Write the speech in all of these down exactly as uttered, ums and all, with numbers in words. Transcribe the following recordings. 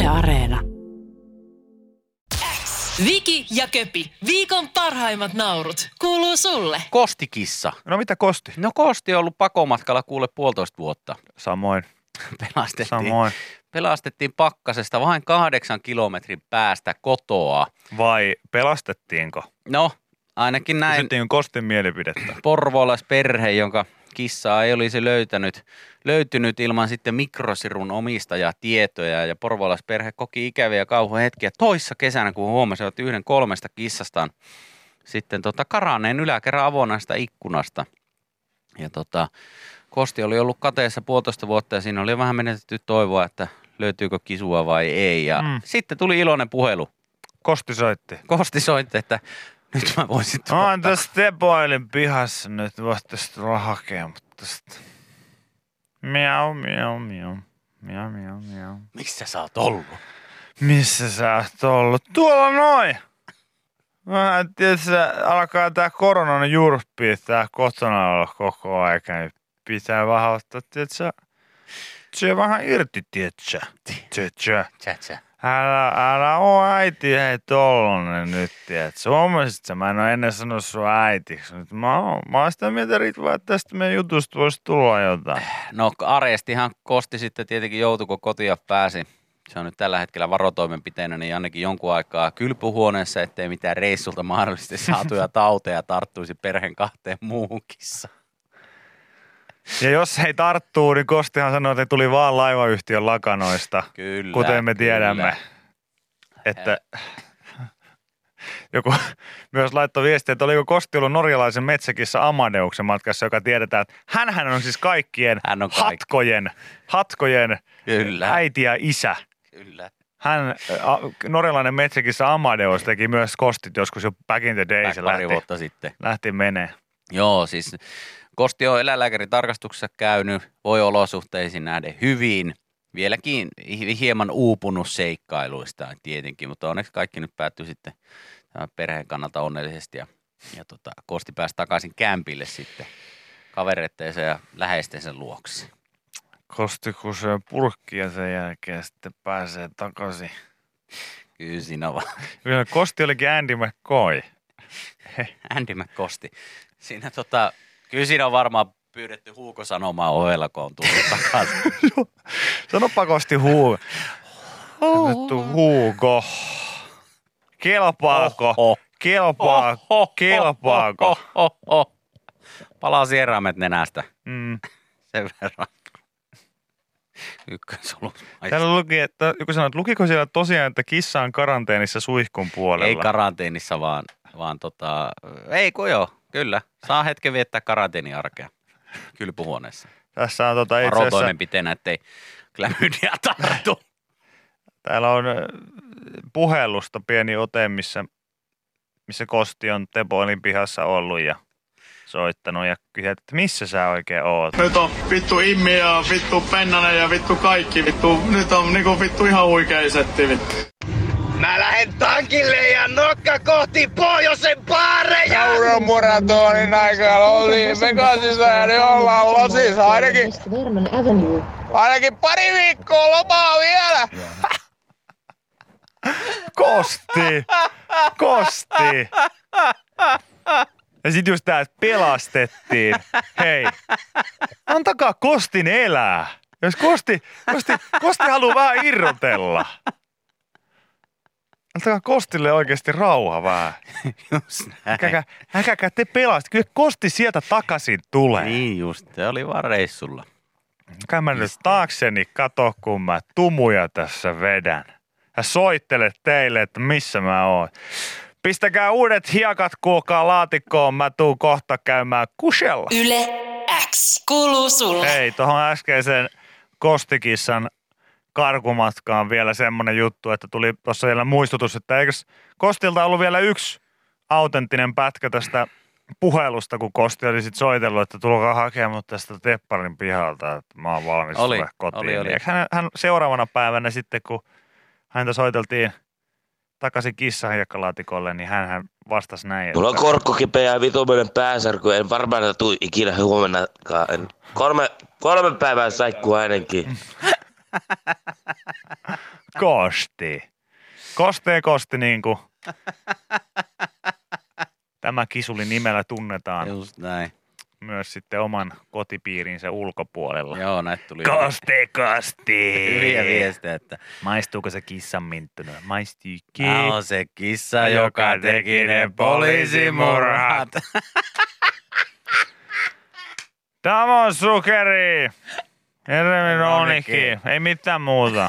Yle Areena. Viki ja Köpi, viikon parhaimmat naurut, kuuluu sulle. Kostikissa. No mitä Kosti? No Kosti on ollut pakomatkalla kuule puolitoista vuotta. Samoin. Pelastettiin, Samoin. pelastettiin pakkasesta vain kahdeksan kilometrin päästä kotoa. Vai pelastettiinko? No, ainakin näin. Kysyttiinkö Kostin mielipidettä? Porvoolaisperhe, jonka kissaa ei olisi löytänyt, löytynyt ilman sitten mikrosirun omistajatietoja. Ja porvoolaisperhe koki ikäviä kauhun hetkiä toissa kesänä, kun huomasivat yhden kolmesta kissastaan sitten tota karanneen yläkerran avonaista ikkunasta. Ja tota, Kosti oli ollut kateessa puolitoista vuotta ja siinä oli vähän menetetty toivoa, että löytyykö kisua vai ei. Ja mm. sitten tuli iloinen puhelu. Kosti soitti. Kosti soitti, että nyt mä voisin tuottaa. Mä oon tässä tepoilin pihassa nyt, voitte sitten tulla hakemaan, mutta sitten miau, miau, miau, miau, miau, miau. Missä sä oot ollut? Missä sä oot ollut? Tuolla noin! Mä en tiedä, että alkaa tää koronan jurppi, tää kotona olla koko aika, niin pitää vähän ottaa, tietsä, se vähän irti, tietsä, tietsä. Tjä, Älä, älä oo äiti, hei tollanen nyt, tietsä. Huomasit sä, mä en oo ennen sanonut sun äitiksi. Nyt mä oon, mä oon sitä mieltä, Ritva, että tästä meidän jutusta voisi tulla jotain. No arestihan Kosti sitten tietenkin joutui, kun kotia pääsi. Se on nyt tällä hetkellä varotoimenpiteenä, niin ainakin jonkun aikaa kylpyhuoneessa, ettei mitään reissulta mahdollisesti saatuja tauteja tarttuisi perheen kahteen muuhun kissaan. Ja jos he tarttuu, niin Kostihan sanoi, että tuli vaan laivayhtiön lakanoista, Kyllä, kuten me kyllä. tiedämme. Että joku myös laittoi viestiä, että oliko Kosti ollut norjalaisen metsäkissa Amadeuksen matkassa, joka tiedetään, että hänhän on siis kaikkien Hän on kaikki. hatkojen, hatkojen Kyllä. äiti ja isä. Kyllä. Hän, a, norjalainen metsäkissa Amadeus teki myös Kostit joskus jo back in the days. Back pari lähti, vuotta sitten. lähti menee. Joo, siis Kosti on eläinlääkärin tarkastuksessa käynyt, voi olosuhteisiin nähden hyvin. Vieläkin hieman uupunut seikkailuista tietenkin, mutta onneksi kaikki nyt päättyi sitten tämän perheen kannalta onnellisesti. Ja, ja tota, Kosti pääsi takaisin kämpille sitten kavereittensa ja läheistensä luokse. Kosti kun syö purkkia sen jälkeen sitten pääsee takaisin. Kyllä siinä vaan. Kyllä Kosti olikin Andy McCoy. Andy McCosti. Siinä tota, kyllä siinä on varmaan pyydetty Huuko sanomaan ovella, kun on tullut takaisin. Sanoppa Kosti Huuko. Annettu Huuko. Kelpaako? Oho. Kelpaako? Kelpaako? Oh, oh, oh. Palaa sieraimet nenästä. Mm. Sen verran. Ykkösolus. Täällä luki, että joku sanoi, että lukiko siellä tosiaan, että kissa on karanteenissa suihkun puolella? Ei karanteenissa, vaan, vaan tota, ei kun joo, kyllä. Saa hetken viettää karanteeniarkea kylpyhuoneessa. Tässä on tota itse asiassa, Varotoimenpiteenä, ettei klamydia tartu. täällä on äh, puhelusta pieni ote, missä, missä Kosti on Tepoilin pihassa ollut ja soittanut ja kysynyt, että missä sä oikein oot? Nyt on vittu Immi ja vittu Pennanen ja vittu kaikki vittu. Nyt on niinku vittu ihan huikea setti vittu. Mä lähden tankille ja nokka kohti pohjoisen baareja! Euromaratonin aikaan oltiin Vegasissa ja nyt ollaan Losissa ainakin, ainakin pari viikkoa lomaa vielä. Kosti! Kosti! Ja sit just tää, että pelastettiin. Hei, antakaa Kostin elää. Jos Kosti, Kosti, Kosti haluaa vähän irrotella. Antakaa Kostille oikeasti rauha vähän. Just näin. Häkäkää, häkäkää te pelasti. Kyllä Kosti sieltä takaisin tulee. Niin just, se oli vaan reissulla. Käy mä nyt taakseni, kato kun mä tumuja tässä vedän. Ja soittele teille, että missä mä oon. Pistäkää uudet hiekat kuulkaa laatikkoon, mä tuun kohta käymään kusella. Yle X kuuluu sulle. Hei, tohon äskeiseen Kostikissan karkumatkaan vielä semmonen juttu, että tuli tuossa vielä muistutus, että eikös Kostilta ollut vielä yksi autenttinen pätkä tästä puhelusta, kun Kosti oli sit soitellut, että tulkaa hakemaan mut tästä Tepparin pihalta, että mä oon valmis Oli, tulla kotiin. oli, oli. Niin hän, hän seuraavana päivänä sitten, kun häntä soiteltiin takaisin kissahiekalaatikolle, niin hän vastasi näin. Mulla on että korkko kipeä ja vitumainen pääsärky. En varmaan tuu ikinä huomennakaan. En. Kolme, kolme päivää saikkuu ainakin. Kosti. Kostee kosti niinku. Tämä kisuli nimellä tunnetaan Just näin. myös sitten oman kotipiirinsä ulkopuolella. Joo, näitä tuli Kosti, kosti. hyviä viestejä, että Maistuuko se kissan minttuna? Maistuukin. mä oon se kissa, joka teki ne poliisimurhat. Tämä on sukeri. Hermi Ronikki. Ei mitään muuta.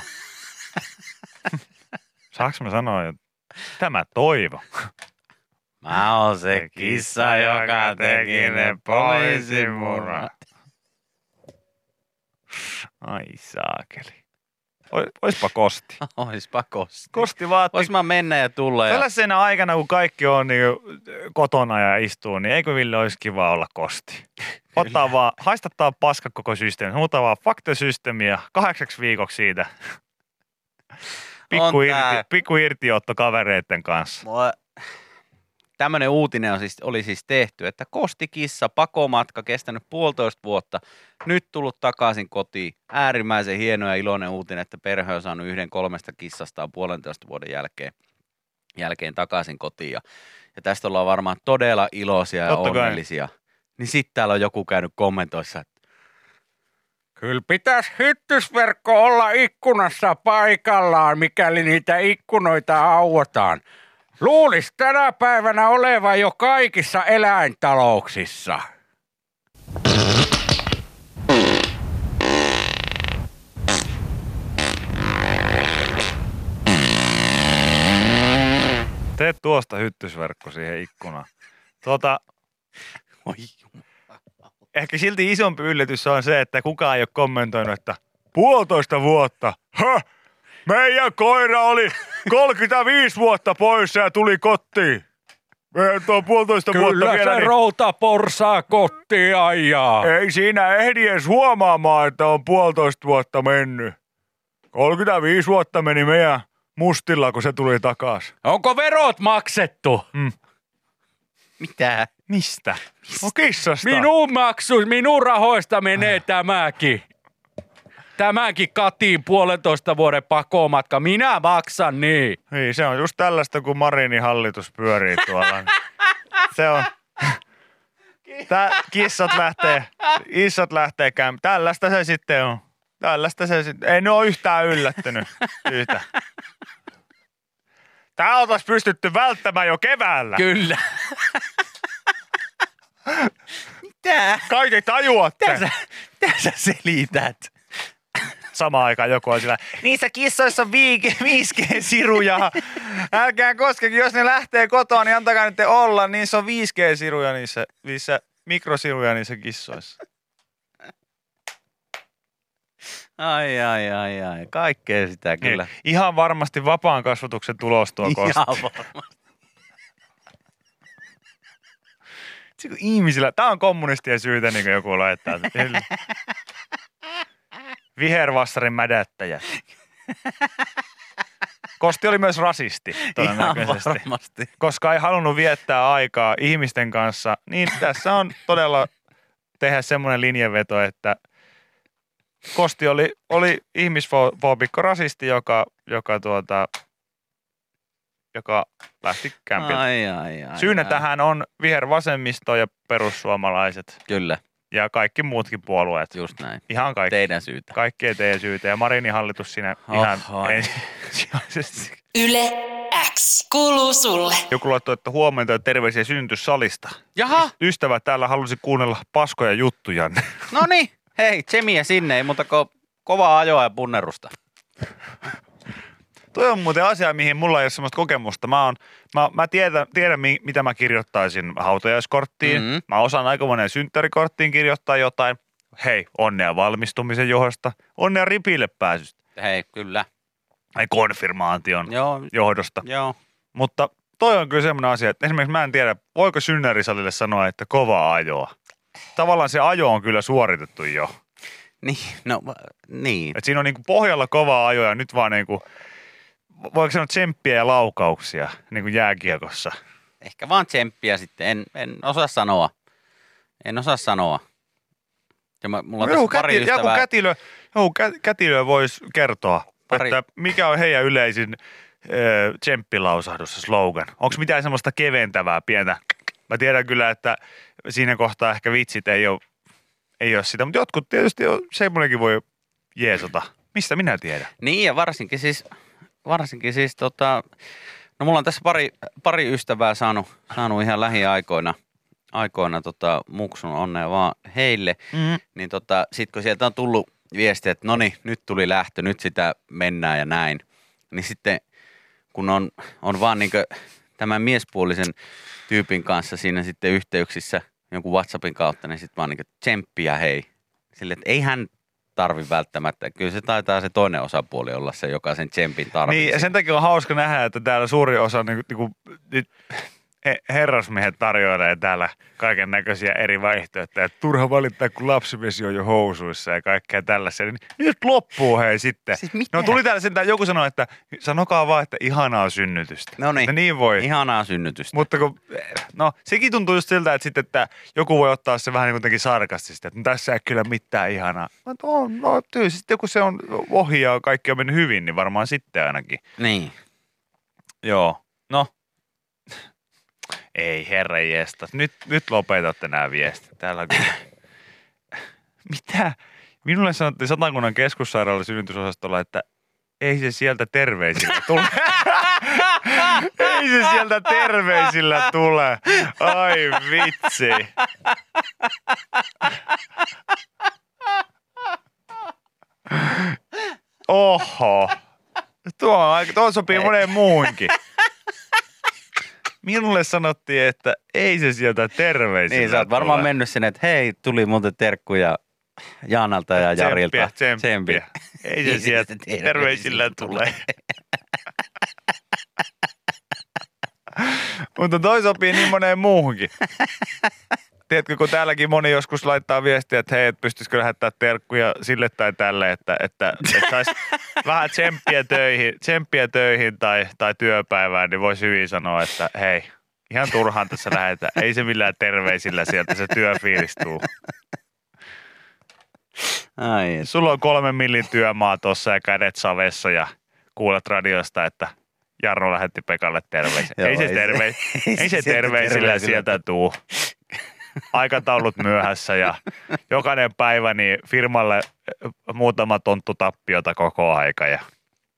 Saanko mä sanoa, että tämä Toivo? Mä oon se kissa, joka teki ne poliisimurhat. Ai saakeli. Oi- Oispa kosti. Oispa kosti. Kosti vaati. Vois mä mennä ja tulla ja... Tällaisena aikana, kun kaikki on niin kotona ja istuu, niin eikö Ville olisi kiva olla kosti? Ottaa vaan, haistattaa paska koko systeemi. Muuta vaan faktasysteemiä kahdeksaksi viikoksi siitä. Pikku, On irti, tää. pikku irtiotto kavereiden kanssa. Mua... Tämmöinen uutinen on siis, oli siis tehty, että kostikissa pakomatka kestänyt puolitoista vuotta, nyt tullut takaisin kotiin. Äärimmäisen hieno ja iloinen uutinen, että perhe on saanut yhden kolmesta kissastaan puolentoista vuoden jälkeen, jälkeen takaisin kotiin. Ja, ja tästä ollaan varmaan todella iloisia ja Totta kai. onnellisia. Niin sitten täällä on joku käynyt kommentoissa, että Kyllä pitäisi hyttysverkko olla ikkunassa paikallaan, mikäli niitä ikkunoita auotaan. Luulisi tänä päivänä olevan jo kaikissa eläintalouksissa. Tee tuosta hyttysverkko siihen ikkunaan. Tuota, oi ehkä silti isompi yllätys on se, että kukaan ei ole kommentoinut, että puolitoista vuotta. Häh? Meidän koira oli kolmekymmentäviisi vuotta poissa ja tuli kotiin. Meidän tuo puolitoista vuotta Kyllä vielä. se Niin routaporsaa kotiin ajaa. ei siinä ehdi edes huomaamaan, että on puolitoista vuotta mennyt. kolmekymmentäviisi vuotta meni meidän mustilla, kun se tuli takaisin. Onko verot maksettu? mitä? Mistä? No kissasta. Minun maksu, minun rahoista menee tämäkin. Tämäkin katiin puolentoista vuoden pakomatka. Minä maksan niin. Niin, se on just tällaista, kun Marinin hallitus pyörii tuolla. Se on... Tää kissat lähtee, issat lähtee käymään. Tällaista se sitten on. Tällaista se sitten. Ei ne ole yhtään yllättynyt. Yhtä. Tää oltais pystytty välttämään jo keväällä. Kyllä. mitä? Kai te tajuatte. Mitä sä, mitä sä selität? Samaan aikaan joku on sillä, niissä kissoissa on viisi G-siruja. Älkää koskekin, jos ne lähtee kotoa, niin antakaa nyt olla. Niissä on viisi G-siruja niissä, niissä mikrosiruja niissä kissoissa. Ai, ai, ai, ai. Kaikkea sitä kyllä. Niin, ihan varmasti vapaan kasvatuksen tulos tuo kosti. Ihan varmasti. Se, kun ihmisillä, tää on kommunistien syytä, niin kuin joku laittaa. Vihervassarin mädättäjä. Kosti oli myös rasisti, Ihan todennäköisesti. varmasti. Koska ei halunnut viettää aikaa ihmisten kanssa, niin tässä on todella tehdä semmoinen linjanveto, että Kosti oli, oli ihmisfoobikko rasisti, joka, joka, tuota, joka lähti kämpiltä. Ai, ai, ai. Syynä ai. tähän on vihervasemmisto ja perussuomalaiset Kyllä, ja kaikki muutkin puolueet. just näin. Ihan kaikki. Teidän syytä. Kaikkea teidän syytä. Ja Marinin hallitus siinä ihan Oho. ensisijaisesti. Yle X kuuluu sulle. Joku laittoi, että huomenta ja terveisiä synnytyssalista. Jaha, Ystävä täällä halusi kuunnella paskoja juttuja. no niin. Hei, tsemiä sinne, ei muuta kuin kovaa ajoa ja punnerusta. Toi on muuten asia, mihin mulla ei ole semmoista kokemusta. Mä, oon, mä, mä tiedän, tiedän, mi- mitä mä kirjoittaisin hautajaiskorttiin. Mm-hmm. Mä osaan aika monen synttärikorttiin kirjoittaa jotain. Hei, onnea valmistumisen johdosta. Onnea ripille pääsystä. Hei, kyllä. Tai konfirmaation Joo, johdosta. joo. Mutta toi on kyllä semmoinen asia, että esimerkiksi mä en tiedä, voiko synnärisalille sanoa, että kovaa ajoa. Tavallaan se ajo on kyllä suoritettu jo. Niin, no, va- niin. Et siinä on niinku pohjalla kovaa ajoa ja nyt vaan niinku, voiko sanoa tsemppiä ja laukauksia niinku jääkiekossa. Ehkä vaan tsemppiä sitten, en, en osaa sanoa. En osaa sanoa. Ja mä, mulla on Joku, tässä pari käti, joku ystävää. kätilö, joku kä, kätilö voisi kertoa. Pari. että mikä on heidän yleisin ö, tsemppilausahdus ja slogan? Onko mitään semmoista keventävää pientä? Mä tiedän kyllä, että siinä kohtaa ehkä vitsit ei ole, ei ole sitä, mutta jotkut tietysti on, semmoinenkin voi jeesota. Mistä minä tiedän? Niin ja varsinkin siis, varsinkin siis tota, no mulla on tässä pari, pari ystävää saanut, saanut ihan lähiaikoina aikoina tota, muksun onnea vaan heille. Mm. Niin tota, sit kun sieltä on tullut viesti, että noni, nyt tuli lähtö, nyt sitä mennään ja näin. Niin sitten kun on, on vaan niinkö tämän miespuolisen tyypin kanssa siinä sitten yhteyksissä jonkun WhatsAppin kautta, niin sitten vaan niinkö tsemppiä hei. Sille, että ei hän tarvi välttämättä. Kyllä se taitaa se toinen osapuoli olla se, joka sen tsempin tarvitsee. Niin, ja sen takia on hauska nähdä, että täällä suuri osa niin, niin, niin, herrasmiehet tarjoilee täällä kaiken näköisiä eri vaihtoehtoja. Että turha valittaa, kun lapsivesi on jo housuissa ja kaikkea tällaisia. Niin nyt loppuu hei sitten. Siis mitä? No tuli täällä sentään, joku sanoi, että sanokaa vaan, että ihanaa synnytystä. No niin, niin voi. Ihanaa synnytystä. Mutta kun, no sekin tuntuu just siltä, että sitten, että joku voi ottaa se vähän niin kuitenkin sarkastisesti, että no, tässä ei kyllä mitään ihanaa. No, no tyy, sitten kun se on ohi ja kaikki on mennyt hyvin, niin varmaan sitten ainakin. Niin. Joo, no. Ei herranjestas. Nyt, nyt lopetatte nämä viestit. Täällä on kyllä. Mitä? Minulle sanottiin Satakunnan keskussairaalan synnytysosastolla, että ei se sieltä terveisillä tule. Ei se sieltä terveisillä tule. Ai vitsi. Oho. Tuo, tuo sopii moneen muuhunkin. Minulle sanottiin, että ei se sieltä terveisillä Niin, sä oot varmaan tule. mennyt sinne, että hei, tuli muuten terkkuja Jaanalta ja Jarilta. Tsemppiä, tsemppiä. Ei se sieltä terveisillä tule. Mutta toi sopii niin moneen muuhunkin. Tiedätkö, kun täälläkin moni joskus laittaa viestiä, että hei, et pystyisikö lähettää terkkuja sille tai tälle, että, että, että saisi vähän tsemppiä töihin, tsemppiä töihin tai, tai työpäivään, niin voisi hyvin sanoa, että hei, ihan turhaan tässä lähetään. Ei se millään terveisillä sieltä se työfiilis tuu. Ai, Sulla on kolmen millin työmaa tuossa ja kädet savessa ja kuulet radiosta, että Jarno lähetti Pekalle terveisiä. Joo, ei se, ei se- terve, ei ei se se sieltä terveisillä terveisillä sieltä tuu. Aikataulut myöhässä ja jokainen päivä niin firmalle muutama tonttu tappiota koko aika. Ja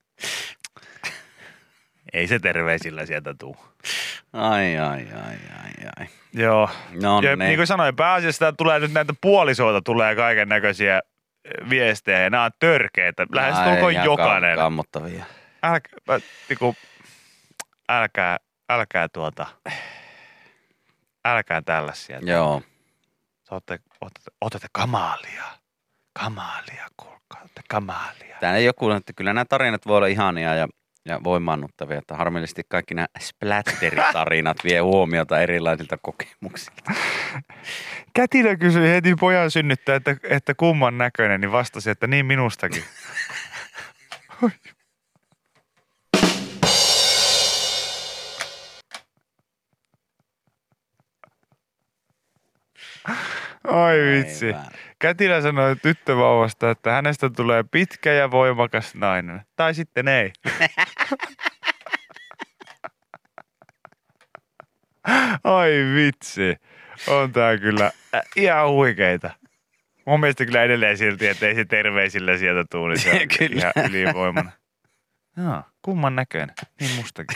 ei se terveisillä sieltä tuu. ai, ai, ai, ai, ai. Joo. No Ja ne. niin kuin sanoin, pääasiassa tulee nyt näitä puolisoita, tulee kaiken näköisiä viestejä ja nämä on törkeitä. Lähestulkoon Ai, jokainen. ihan kammottavia. Älkää, niinku, älkää, älkää tuota, älkää tällaisia. Joo. Otatte, otatte, otatte kamaalia. Kamaalia, kuulkaa, otatte kamaalia. Tää ei joku, että kyllä nämä tarinat voi olla ihania ja, ja voimaannuttavia, että harmillisesti kaikki nämä splatteritarinat vie huomiota erilaisilta kokemuksilta. Kätilö kysyi heti pojan synnyttää, että, että kumman näköinen, niin vastasi, että niin minustakin. Ai vitsi. Aivan. Kätilä sanoi tyttövauvasta, että hänestä tulee pitkä ja voimakas nainen. Tai sitten ei. Ai vitsi. On tää kyllä äh, ihan huikeita. Mun mielestä kyllä edelleen silti, että ei se terveisillä sieltä tuu, niin se on Kyllä. ihan ylivoimana. Joo, kumman näköinen. Niin mustakin.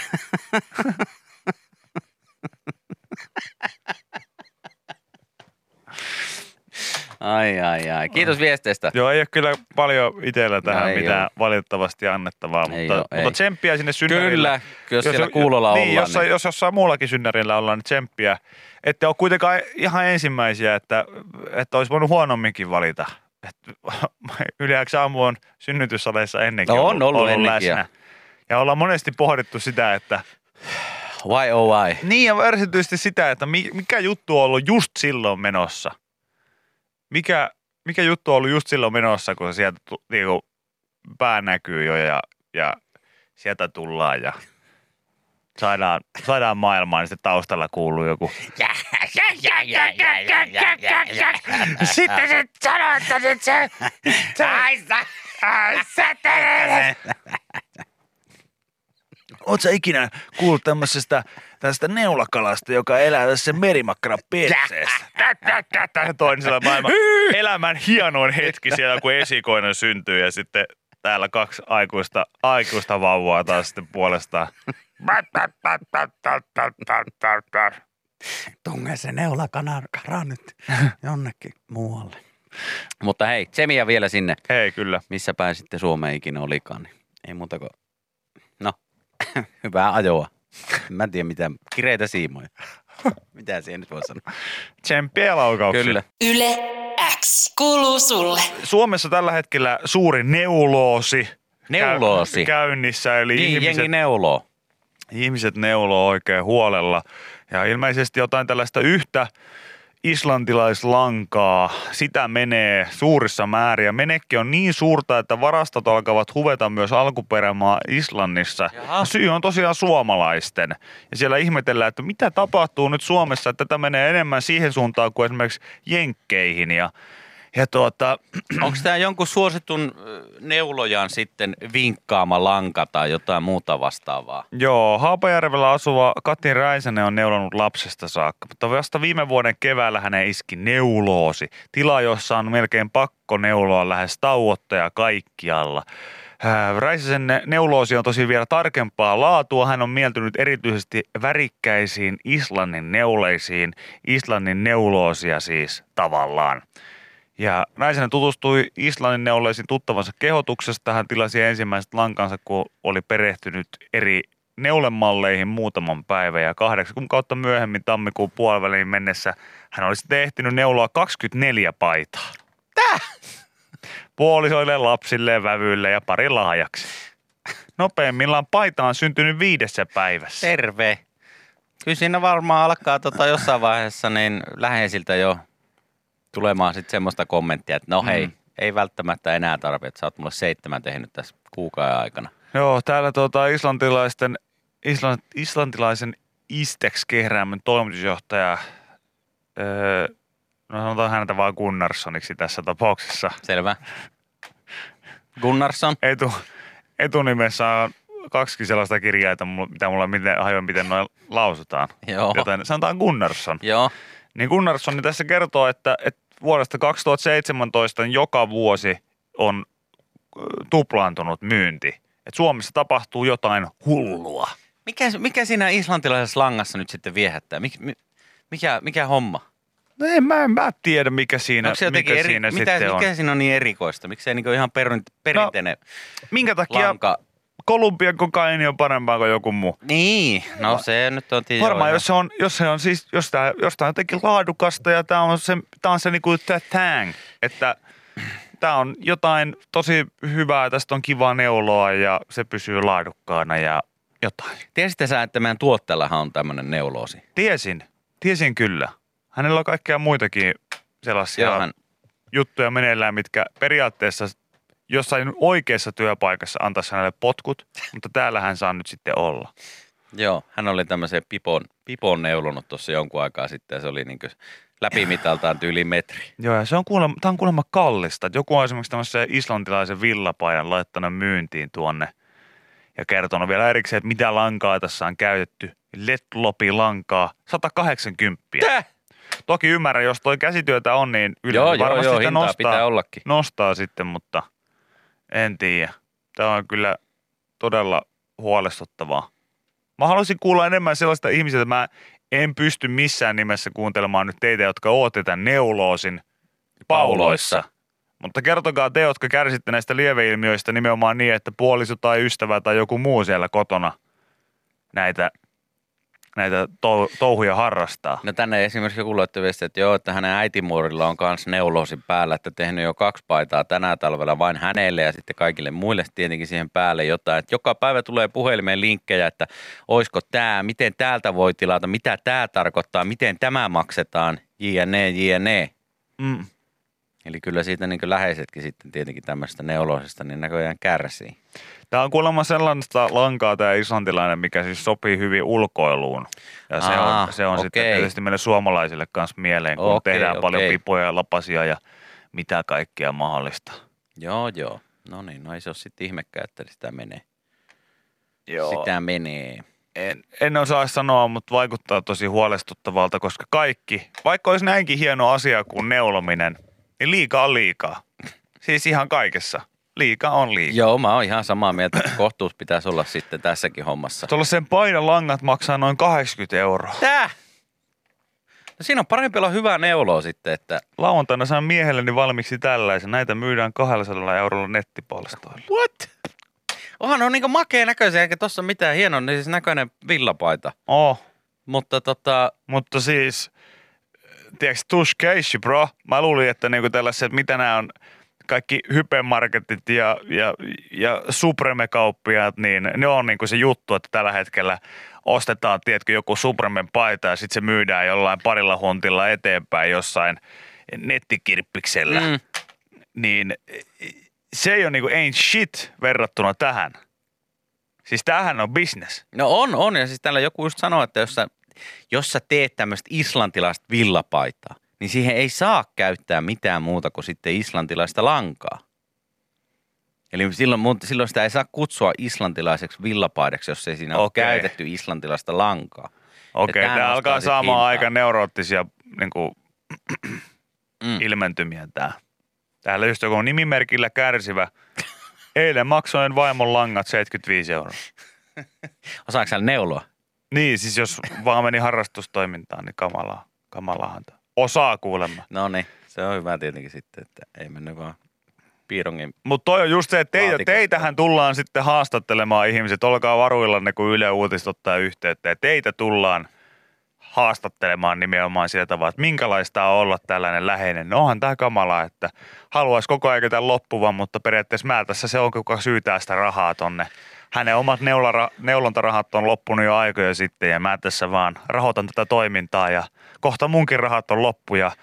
Ai, ai, ai. Kiitos viesteistä. Joo, ei ole kyllä paljon itsellä tähän No, ei mitään oo. valitettavasti annettavaa, Ei mutta, oo, mutta ei. tsemppiä sinne synnärille. Kyllä, jos siellä kuulolla niin, ollaan. Jos, niin. jos jossain muullakin synnärillä ollaan, niin tsemppiä. Että ole kuitenkaan ihan ensimmäisiä, että, että olisi voinut huonomminkin valita. Yle X aamu on synnytyssaleissa ennenkin No, on ollut ennenkin, läsnä. Ja ollaan monesti pohdittu sitä, että Why oh why? niin ja erityisesti sitä, että mi- mikä juttu on ollut just silloin menossa. Mikä, mikä juttu on ollut just silloin menossa, kun sieltä tu- niinku, pää näkyy jo ja, ja sieltä tullaan ja saadaan, saadaan maailmaan, niin sitten taustalla kuuluu joku. Sitten se sanoo, että nyt se, se Oot sä ikinä kuullut tämmöisestä tästä neulakalasta, joka elää tässä merimakkara perseessä? Toinen sellainen maailman elämän hienoin hetki siellä, kun esikoinen syntyy ja sitten täällä kaksi aikuista, aikuista vauvaa taas sitten puolestaan. Tunge se neulakana nyt jonnekin muualle. Mutta hei, tsemiä vielä sinne. Hei, kyllä. Missä päin sitten Suomeen ikinä olikaan, niin ei muuta kuin, no, hyvää ajoa. Mä en tiedä mitä, kireitä siimoja. Mitä siihen nyt voi sanoa? Tsemppiä laukauksia. Kyllä. Yle X kuuluu sulle. Suomessa tällä hetkellä suuri neuloosi. Neuloosi. Käynnissä, eli Niin, ihmiset, jengi neuloo. ihmiset neuloo oikein huolella. Ja ilmeisesti jotain tällaista yhtä islantilaislankaa, sitä menee suurissa määrin. Ja menekki on niin suurta, että varastot alkavat huveta myös alkuperämaa Islannissa. Jaha. Syy on tosiaan suomalaisten. Ja siellä ihmetellään, että mitä tapahtuu nyt Suomessa, että tätä menee enemmän siihen suuntaan kuin esimerkiksi jenkkeihin. Ja, ja tuota, Onko tämä jonkun suositun ö, neulojan sitten vinkkaama lanka tai jotain muuta vastaavaa? joo, Haapajärvellä asuva Kati Räisänen on neulonut lapsesta saakka, mutta vasta viime vuoden keväällä hänen iski neuloosi. Tila, jossa on melkein pakko neuloa lähes tauotta ja kaikkialla. Ää, Räisäsen ne- neuloosi on tosi vielä tarkempaa laatua. Hän on mieltynyt erityisesti värikkäisiin Islannin neuleisiin, Islannin neuloosia siis tavallaan. Ja Räisänen tutustui Islannin neuleisiin tuttavansa kehotuksesta. Hän tilasi ensimmäiset lankansa, kun oli perehtynyt eri neulemalleihin muutaman päivän. Ja kahdeksan kuukautta myöhemmin tammikuun puoliväliin mennessä hän oli sitten ehtinyt neuloa kaksikymmentäneljä paitaa. Tää? Puolisoille, lapsille, vävyille ja pari lahjaksi. Nopeimmillaan paita on syntynyt viidessä päivässä. Terve. Kyllä siinä varmaan alkaa tota jossain vaiheessa niin läheisiltä jo tulemaan sitten semmoista kommenttia, että no hei, mm. ei välttämättä enää tarvitse, että sä oot mulle seitsemän tehnyt tässä kuukauden aikana. Joo, täällä tuota islantilaisten, islant, islantilaisen Istex-kehräämön toimitusjohtaja, öö, no sanotaan häntä vaan Gunnarssoniksi tässä tapauksessa. Selvä. Gunnarsson. Etu, etunimessä on kaksi sellaista kirjaita, mitä mulla miten, hajoin, miten noin lausutaan. Joo. Joten sanotaan Gunnarsson. Joo. Niin Gunnarsson niin tässä kertoo, että, että vuodesta kaksituhattaseitsemäntoista joka vuosi on tuplaantunut myynti. Että Suomessa tapahtuu jotain hullua. Mikä, mikä siinä islantilaisessa langassa nyt sitten viehättää? Mik, mi, mikä, mikä homma? No en mä, en mä tiedä, mikä siinä, Onko se mikä jotenkin eri, siinä mitä, sitten on. mikä siinä on niin erikoista? Miksi ei niin ihan perin, perinteinen Minkä takia lanka? Kolumbian kokaini on parempaa kuin joku muu? Niin, no se nyt on tietysti. Varmaan, jos se on, jos se on siis, jos tää, jos tää on jotenkin laadukasta ja tää on se, tää on se niinku tää tang, että tää on jotain tosi hyvää, tästä on kiva neuloa ja se pysyy laadukkaana ja jotain. Tiesitte sä, että meidän tuottajallahan on tämmöinen neuloosi? Tiesin, tiesin kyllä. Hänellä on kaikkea muitakin sellaisia Joo, hän, juttuja meneillään, mitkä periaatteessa jossain oikeassa työpaikassa antaisi hänelle potkut, mutta täällä hän saa nyt sitten olla. joo, hän oli tämmöisen pipon, pipon neulonut tuossa jonkun aikaa sitten ja se oli niin kuin läpimitaltaan tyyli metri. Joo, ja se on kuulemma, tämä on kuulemma kallista. Joku on esimerkiksi tämmöisen islantilaisen villapaidan laittanut myyntiin tuonne ja kertonut vielä erikseen, että mitä lankaa tässä on käytetty. Letlopi-lankaa, sata kahdeksankymmentä. Täh? Toki ymmärrän, jos toi käsityötä on, niin Joo, yleensä joo, varmasti joo, sitä hintaa nostaa, pitää ollakin. nostaa sitten, mutta en tiedä. Tämä on kyllä todella huolestuttavaa. Mä haluaisin kuulla enemmän sellaista ihmisiä, että mä en pysty missään nimessä kuuntelemaan nyt teitä, jotka ootte tämän neuloosin pauloissa. Mutta kertokaa te, jotka kärsitte näistä lieveilmiöistä nimenomaan niin, että puoliso tai ystävä tai joku muu siellä kotona näitä, näitä tou- touhuja harrastaa. No tänne esimerkiksi joku laittoi viestiä, että joo, että hänen äitimuorilla on myös neuloosi päällä, että tehnyt jo kaksi paitaa tänä talvella vain hänelle ja sitten kaikille muille tietenkin siihen päälle jotain. Että joka päivä tulee puhelimeen linkkejä, että oisko tämä, miten täältä voi tilata, mitä tämä tarkoittaa, miten tämä maksetaan, jne, jne. Mm. Eli kyllä siitä niin kuin läheisetkin sitten tietenkin tämmöisestä neuloosista niin näköjään kärsii. Tämä on kuulemma sellaista lankaa tämä islantilainen, mikä siis sopii hyvin ulkoiluun. Ja se Aa, on, se on okei. sitten tietysti meille suomalaisille kanssa mieleen, kun Okei, tehdään okei. paljon pipoja ja lapasia ja mitä kaikkea mahdollista. Joo, joo. No niin, no ei se ole sitten ihmekään, että sitä menee. Joo. Sitä menee. En, en osaa sanoa, mutta vaikuttaa tosi huolestuttavalta, koska kaikki, vaikka olisi näinkin hieno asia kuin neulominen, niin liikaa on liikaa. Siis ihan kaikessa. Liika on liikaa. Joo, mä oon ihan samaa mieltä, että kohtuus pitäisi olla sitten tässäkin hommassa. Tuolla sen paidan langat maksaa noin kahdeksankymmentä euroa. Tää? No siinä on parempi olla hyvää neuloa sitten, että... Lauantaina saan miehelleni valmiiksi tällaisen. Näitä myydään kaksisataa eurolla nettipalstoilla. What? Onhan ne on niinku makea näköisiä, eikä tossa mitään hienoa, niin siis näköinen villapaita. Oh. Mutta tota... Mutta siis, tiedätkö, tush keishi, bro. Mä luulin, että niinku tällaiset, mitä nämä on, kaikki hypermarketit ja, ja, ja Supreme-kauppiaat, niin ne on niinku se juttu, että tällä hetkellä ostetaan, tiedätkö, joku Supremen paita ja sitten se myydään jollain parilla huntilla eteenpäin jossain nettikirppiksellä. Mm. Niin se ei ole niinku ain't shit verrattuna tähän. Siis tämähän on business. No on, on. Ja siis täällä joku just sanoo, että jos sä, jos sä teet tämmöistä islantilaista villapaitaa, niin siihen ei saa käyttää mitään muuta kuin sitten islantilaista lankaa. Eli silloin, silloin sitä ei saa kutsua islantilaiseksi villapaidaksi, jos ei siinä ole Okei. käytetty islantilaista lankaa. Okei, tämä tämä nostaa alkaa sit saamaan hintaa. aika neuroottisia niin kuin, Mm. ilmentymiä tää. Täällä just joku nimimerkillä kärsivä. Eilen maksoin vaimon langat seitsemänkymmentäviisi euroa. Osaatko sä neuloa? Niin, siis jos vaan meni harrastustoimintaan, niin kamalaa. Kamalahan tää. Osaa kuulemma. No niin, se on hyvä tietenkin sitten, että ei mennyt vaan piirongin. Mutta toi on just se, että teitä, Laatikosta. teitähän tullaan sitten haastattelemaan ihmiset. Olkaa varuillanne, kun Yle Uutiset ottaa yhteyttä. Ja teitä tullaan haastattelemaan nimenomaan sillä tavalla, että minkälaista on olla tällainen läheinen. No onhan tää kamalaa, että haluaisi koko ajan tämän loppuvan, mutta periaatteessa mä tässä se on, kuka syytää sitä rahaa tonne. Hänen omat neulara, neulontarahat on loppunut jo aikoja sitten ja mä tässä vaan rahoitan tätä toimintaa ja kohta munkin rahat on loppu ja,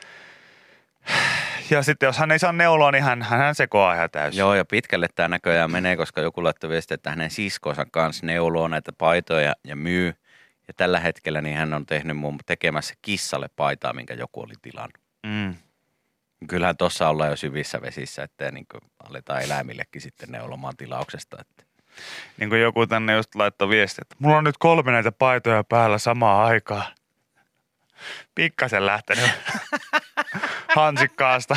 ja sitten jos hän ei saa neuloa, niin hän, hän sekoaa ihan täysin. Joo, ja pitkälle tämä näköjään menee, koska joku laittoi viestiä, että hänen siskonsa kanssa neuloo näitä paitoja ja myy. Ja tällä hetkellä niin hän on tehnyt mun tekemässä kissalle paitaa, minkä joku oli tilannut. Mm. Kyllähän tuossa ollaan jo syvissä vesissä, että niin kuin aletaan eläimillekin sitten neulomaan tilauksesta. Että. Niin kuin joku tänne just laittoi viestiä, että mulla on nyt kolme näitä paitoja päällä samaan aikaan. Pikkasen lähtenyt hansikkaasta.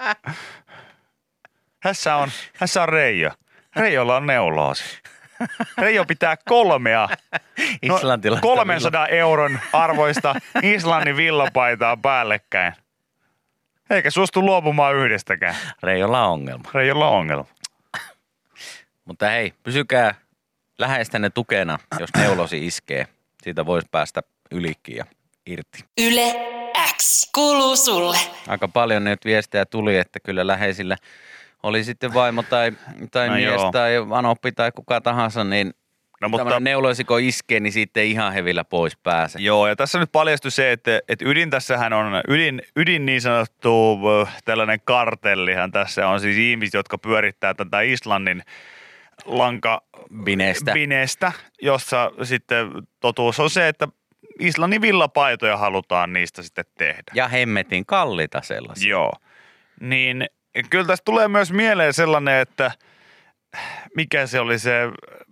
Hässä on, hässä on Reijo. Reijolla on neuloosi. Reijo pitää kolmea, no, Islantilaista kolmensadan euron arvoista Islannin villapaitaa päällekkäin. Eikä suostu luopumaan yhdestäkään. Reijolla on ongelma. Reijolla on ongelma. Mutta hei, pysykää läheistänne tukena, jos neulosi iskee. Siitä voisi päästä ylikin ja irti. Yle X kuuluu sulle. Aika paljon nyt viestejä tuli, että kyllä läheisillä oli sitten vaimo tai, tai No mies joo. tai anoppi tai kuka tahansa, niin No, mutta mutta neuloisiko iskee, niin siitä ei ihan hevillä pois pääse. joo, ja tässä nyt paljastui se, että, että ydin tässähän on, ydin, ydin niin sanottu äh, tällainen kartellihan tässä on siis ihmiset, jotka pyörittää tätä Islannin lanka Binestä. binestä, jossa sitten totuus on se, että Islannin villapaitoja halutaan niistä sitten tehdä. Ja hemmetin kalliita sellaisia. Joo. Niin kyllä tästä tulee myös mieleen sellainen, että mikä se oli se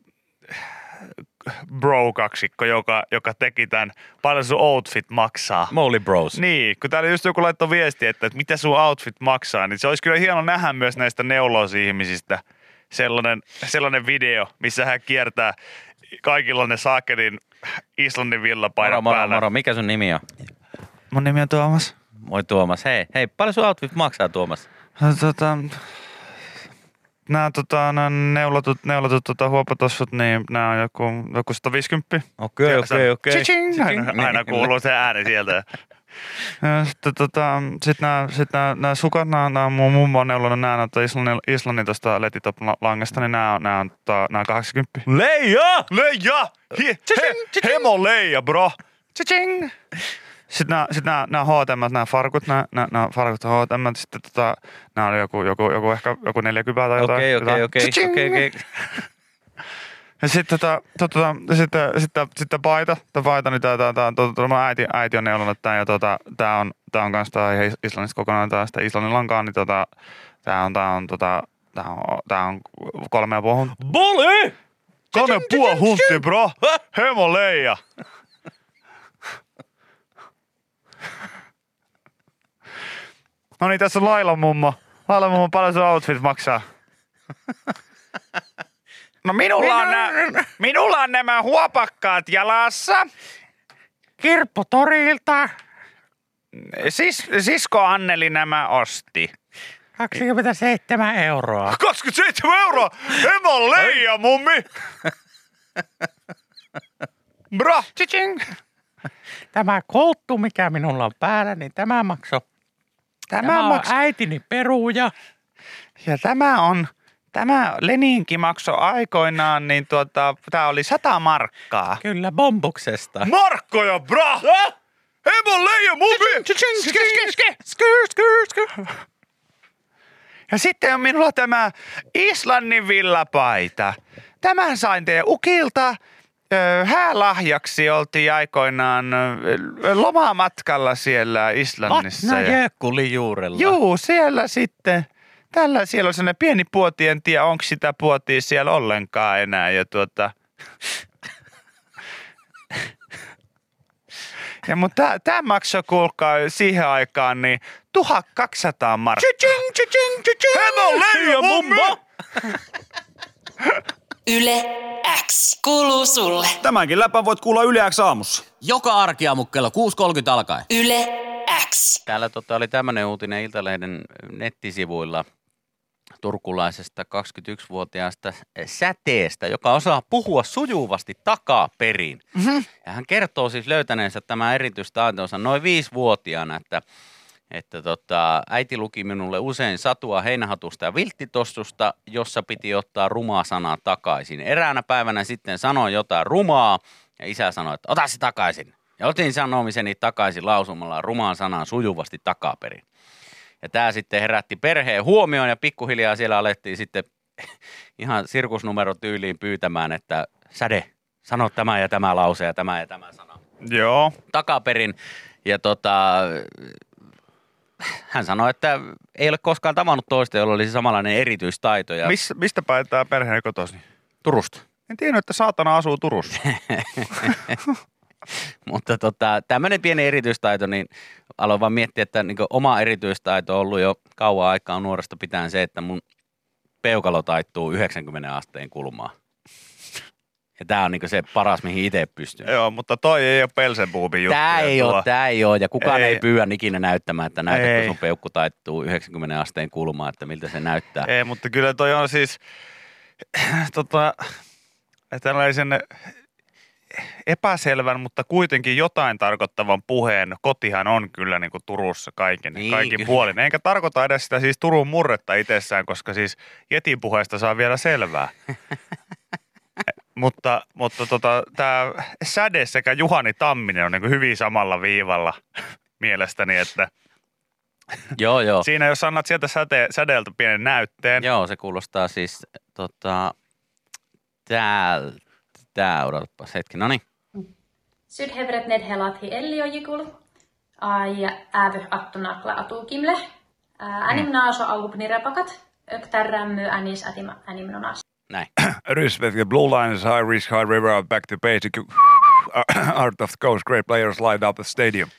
bro-kaksikko, joka, joka teki tämän, paljon sun outfit maksaa. Molly Bros. Niin, kun täällä just joku laittoi viesti, että, että mitä sun outfit maksaa, niin se olisi kyllä hieno nähdä myös näistä neulousihmisistä sellainen, sellainen video, missä hän kiertää kaikilla ne saakelin Islannin villapaidan Moro, moro, päällä. moro. Mikä sun nimi on? Mun nimi on Tuomas. Moi Tuomas. Hei, hei, paljon sun outfit maksaa Tuomas? Tota, nämä tota, nää neulotut, neulotut tota, huopatossut, niin nämä on joku, joku sata viisikymmentä. Okei, Ja okei, se- okei. Tsi-tsing! Aina, aina kuuluu se ääni sieltä. Ja sitten tota, sit nämä, sit nää, nää sukat, nämä, nämä mun mummo on neulonut nämä noita Islannin, Islannin tuosta Letitop-langasta, niin nämä on, nämä on tota, nämä kahdeksankymmentä. Leija! Leija! He, he, hemo leija, bro! Tsi-tsing! Sitten nämä, sit nämä, nämä H and M, nämä farkut, nämä, nämä, nämä farkut H and M, sitten tota, nämä oli joku, joku, joku ehkä joku neljäkymmentä tai jotain. Okei, okei, jotain. okei, Tsi-tsing! okei, okei. Ja sitten tota, tota, sitten, sitten, sitten paita, tämä paita, niin tää, tää, tää, tota, mun äiti, äiti on neulonut tämän, ja tota, tää on, tää on kans tää Islannista kokonaan, tää sitä Islannin lankaa, niin tota, tää on, tää on, tota, Tää on, tää on kolme ja puoli huntia. Bully! Kolme ja puoli huntia, bro. Hemo leija. No niin, tässä on Laila mummo. Laila mummo, paljon sun outfit maksaa? No minulla on, nä, minulla on nämä huopakkaat jalassa. Kirpputorilta. Sis, sisko Anneli nämä osti. kaksikymmentäseitsemän euroa. kaksikymmentäseitsemän euroa? Hemo leija, mummi. Bra. Tching. Tämä kolttu, mikä minulla on päällä, niin tämä maksoi. Tämä, tämä on maks... äitini peruja. Ja tämä on, tämä Leninki maksoi aikoinaan, niin tuota, tämä oli sata markkaa. Kyllä, bombuksesta. Markkoja, bra! Hemo leija, mummi! Ja sitten on minulla tämä Islannin villapaita. Tämän sain teidän ukilta. Häälahjaksi oltiin aikoinaan lomamatkalla siellä Islannissa. Vatna Jökulin juurella. Juu, siellä sitten. Tällä siellä on sellainen pieni puoti, en tiedä onko sitä puotia siellä ollenkaan enää. Ja tuota... Ja mutta tämä maksoi, kuulkaa, siihen aikaan niin tuhatkaksisataa markkaa. Tching, tching, tching. Hemo leija, mummo! Yle X kuuluu sulle. Tämänkin läpän voit kuulla Yle X aamussa. Joka arkiaamu kello kuusi kolmekymmentä alkaen. Yle X. Täällä tota oli tämmöinen uutinen Iltalehden nettisivuilla turkulaisesta kaksikymmentäyksivuotiaasta säteestä, joka osaa puhua sujuvasti takaperin. Mm-hmm. Ja hän kertoo siis löytäneensä tämän erityistaitonsa noin viisivuotiaana, että, että tota, äiti luki minulle usein satua heinähatusta ja vilttitossusta, jossa piti ottaa rumaa sanaa takaisin. Eräänä päivänä sitten sanoin jotain rumaa ja isä sanoi, että ota se takaisin. Ja otin sanomiseni takaisin lausumalla rumaan sanan sujuvasti takaperin. Ja tämä sitten herätti perheen huomioon ja pikkuhiljaa siellä alettiin sitten ihan sirkusnumerotyyliin pyytämään, että Säde, sano tämä ja tämä lause ja tämä ja tämä sana. Joo. Takaperin. Ja tota, hän sanoi, että ei ole koskaan tavannut toista, jolla olisi samanlainen erityistaito. Ja Miss, mistä päin tämä perheen kotosi? Turusta. En tiennyt, että saatana asuu Turussa. Mutta tota, tämmöinen pieni erityistaito, niin aloin vaan miettiä, että niin oma erityistaito on ollut jo kauan aikaa nuoresta pitäen se, että mun peukalo taittuu yhdeksänkymmentä asteen kulmaan. Ja tää on niin se paras, mihin itse pystyn. Joo, mutta toi ei ole Pelsenbuubin juttu. Tää ei tuo. ole, tää ei ole. Ja kukaan ei, ei pyydä ikinä näyttämään, että näytätkö ei. sun peukku taittuu yhdeksänkymmentä asteen kulmaan, että miltä se näyttää. Ei, mutta kyllä toi on siis tota, tällaisen epäselvän, mutta kuitenkin jotain tarkoittavan puheen kotihan on kyllä niin kuin Turussa kaikin, niin, kaikin puolin. Enkä tarkoita edes sitä siis Turun murretta itsessään, koska siis Jetin puheesta saa vielä selvää. mutta mutta tota, tämä Säde sekä Juhani Tamminen on niin kuin hyvin samalla viivalla mielestäni, että joo, joo. Siinä jos annat sieltä säte, Sädeeltä pienen näytteen. Joo, se kuulostaa siis tota, täältä. Tää, odotapas hetki, noniin. Sydhevret ned helat hi elliojikul. Ja äävy attunakla atukimle. Änim naaso aupni repakat. Öktärrämmy änis ätim animnonas. Näin. Respect the blue lines, high risk, high river, back to basic. Art of the coast, great players light up the stadium.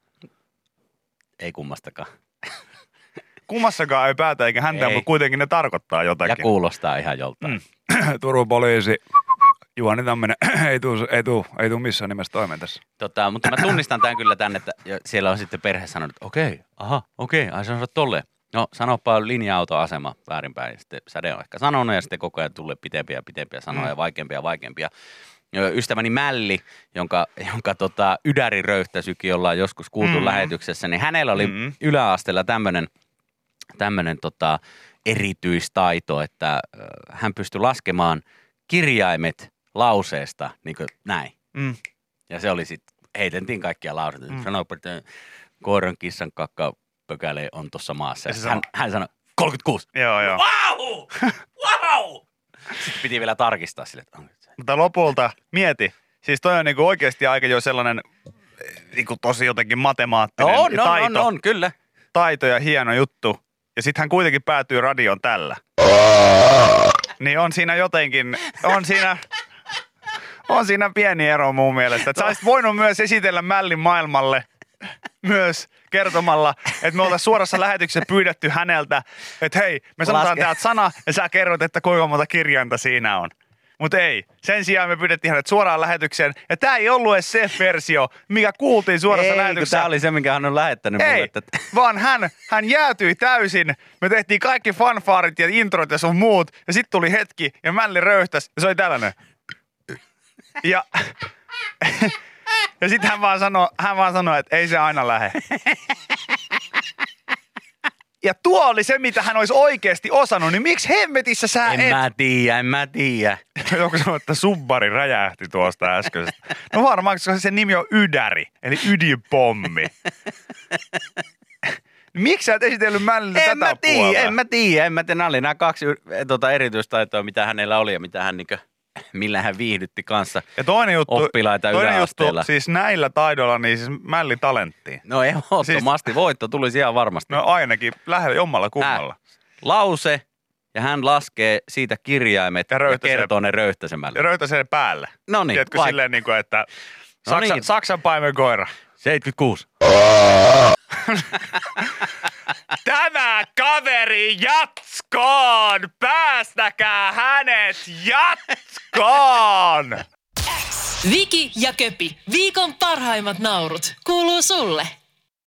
Ei kummastakaan. Kummassakaan ei päätä eikä häntä, ei. Mutta kuitenkin ne tarkoittaa jotakin. Ja kuulostaa ihan joltain. Mm. Turun poliisi. Juhani Tamminen ei tuu, ei, tuu, ei tuu missään nimessä toimeen tässä. Tota, mutta mä tunnistan tämän kyllä tänne, että siellä on sitten perhe sanonut, että okei, aha, okei, ai sanoo tolleen. No sanoppa linja-autoasema väärinpäin. Sitten Säde on ehkä sanonut ja sitten koko ajan tulee pitempiä ja pitempiä sanoja mm. ja vaikeampia ja vaikeampia. Ystäväni Mälli, jonka, jonka tota, ydäriröyhtäisykin ollaan joskus kuultu mm. lähetyksessä, niin hänellä oli mm. yläasteella tämmöinen tämmönen, tota, erityistaito, että äh, hän pystyi laskemaan kirjaimet lauseesta niin kuin näin. Mm. Ja se oli sitten, heitettiin kaikkia lauseita. Mm. Sanoipa, että koiran kissan kakka pökäle on tuossa maassa. Hän, sano... hän sanoi kolmekymmentäkuusi. Joo, joo. Wow! Wow! Sitten piti vielä tarkistaa sille, että on se. Mutta lopulta mieti. Siis toi on niinku oikeasti aika jo sellainen niinku tosi jotenkin matemaattinen on, taito. On, on, on, kyllä. Taito ja hieno juttu. Ja sitten hän kuitenkin päätyy radioon tällä. Niin on siinä jotenkin, on siinä, on siinä pieni ero mun mielestä. Että sä olisit voinut myös esitellä Mällin maailmalle myös kertomalla, että me oltaisiin suorassa lähetyksessä pyydetty häneltä, että hei, me sanotaan Laske. täältä sana ja sä kerrot, että kuinka monta kirjainta siinä on. Mutta ei. Sen sijaan me pyydettiin hänet suoraan lähetykseen. Ja tää ei ollut edes se versio, mikä kuultiin suorassa ei, lähetyksessä. Ei, tämä oli se, minkä hän on lähettänyt ei, mulle. Että... vaan hän, hän jäätyi täysin. Me tehtiin kaikki fanfaarit ja introt ja sun muut. Ja sitten tuli hetki ja Mälli röyhtäs ja se oli tällainen. Ja, ja sitten hän vaan sanoi, hän vaan sanoi, että ei se aina lähe. Ja tuo oli se, mitä hän olisi oikeasti osannut, niin miksi hemmetissä sä en et? En mä tiedä, en mä tiedä. Joku sanoi, että subbari räjähti tuosta äskeisestä. No varmaan, koska sen nimi on Ydäri, eli ydinpommi. Miksi sä et esitellyt Mällille tätä mä tiedä, puolella? En mä tiedä, en mä tiedä. Nämä oli nämä kaksi tuota, erityistaitoa, mitä hänellä oli ja mitä hän, niin kuin, millä hän viihdytti kanssa ja toinen juttu, oppilaita toinen yläasteella. juttu, siis näillä taidoilla, niin siis Mälli talenttiin. No ehdottomasti, siis, voitto tulisi ihan varmasti. No ainakin lähellä jommalla kummalla. Äh, lause, ja hän laskee siitä kirjaimet ja, ja kertoo ne röyhtäsemällä. Ja röyhtäseen päälle. No niin. Tiedätkö vaik- silleen, niin kuin, että no Saksa, niin. Saksan paimenkoira. seitsemänkymmentäkuusi. Tämä kaveri jatkoon! Päästäkää hänet jatkoon! Viki ja Köpi, viikon parhaimmat naurut, kuuluu sulle.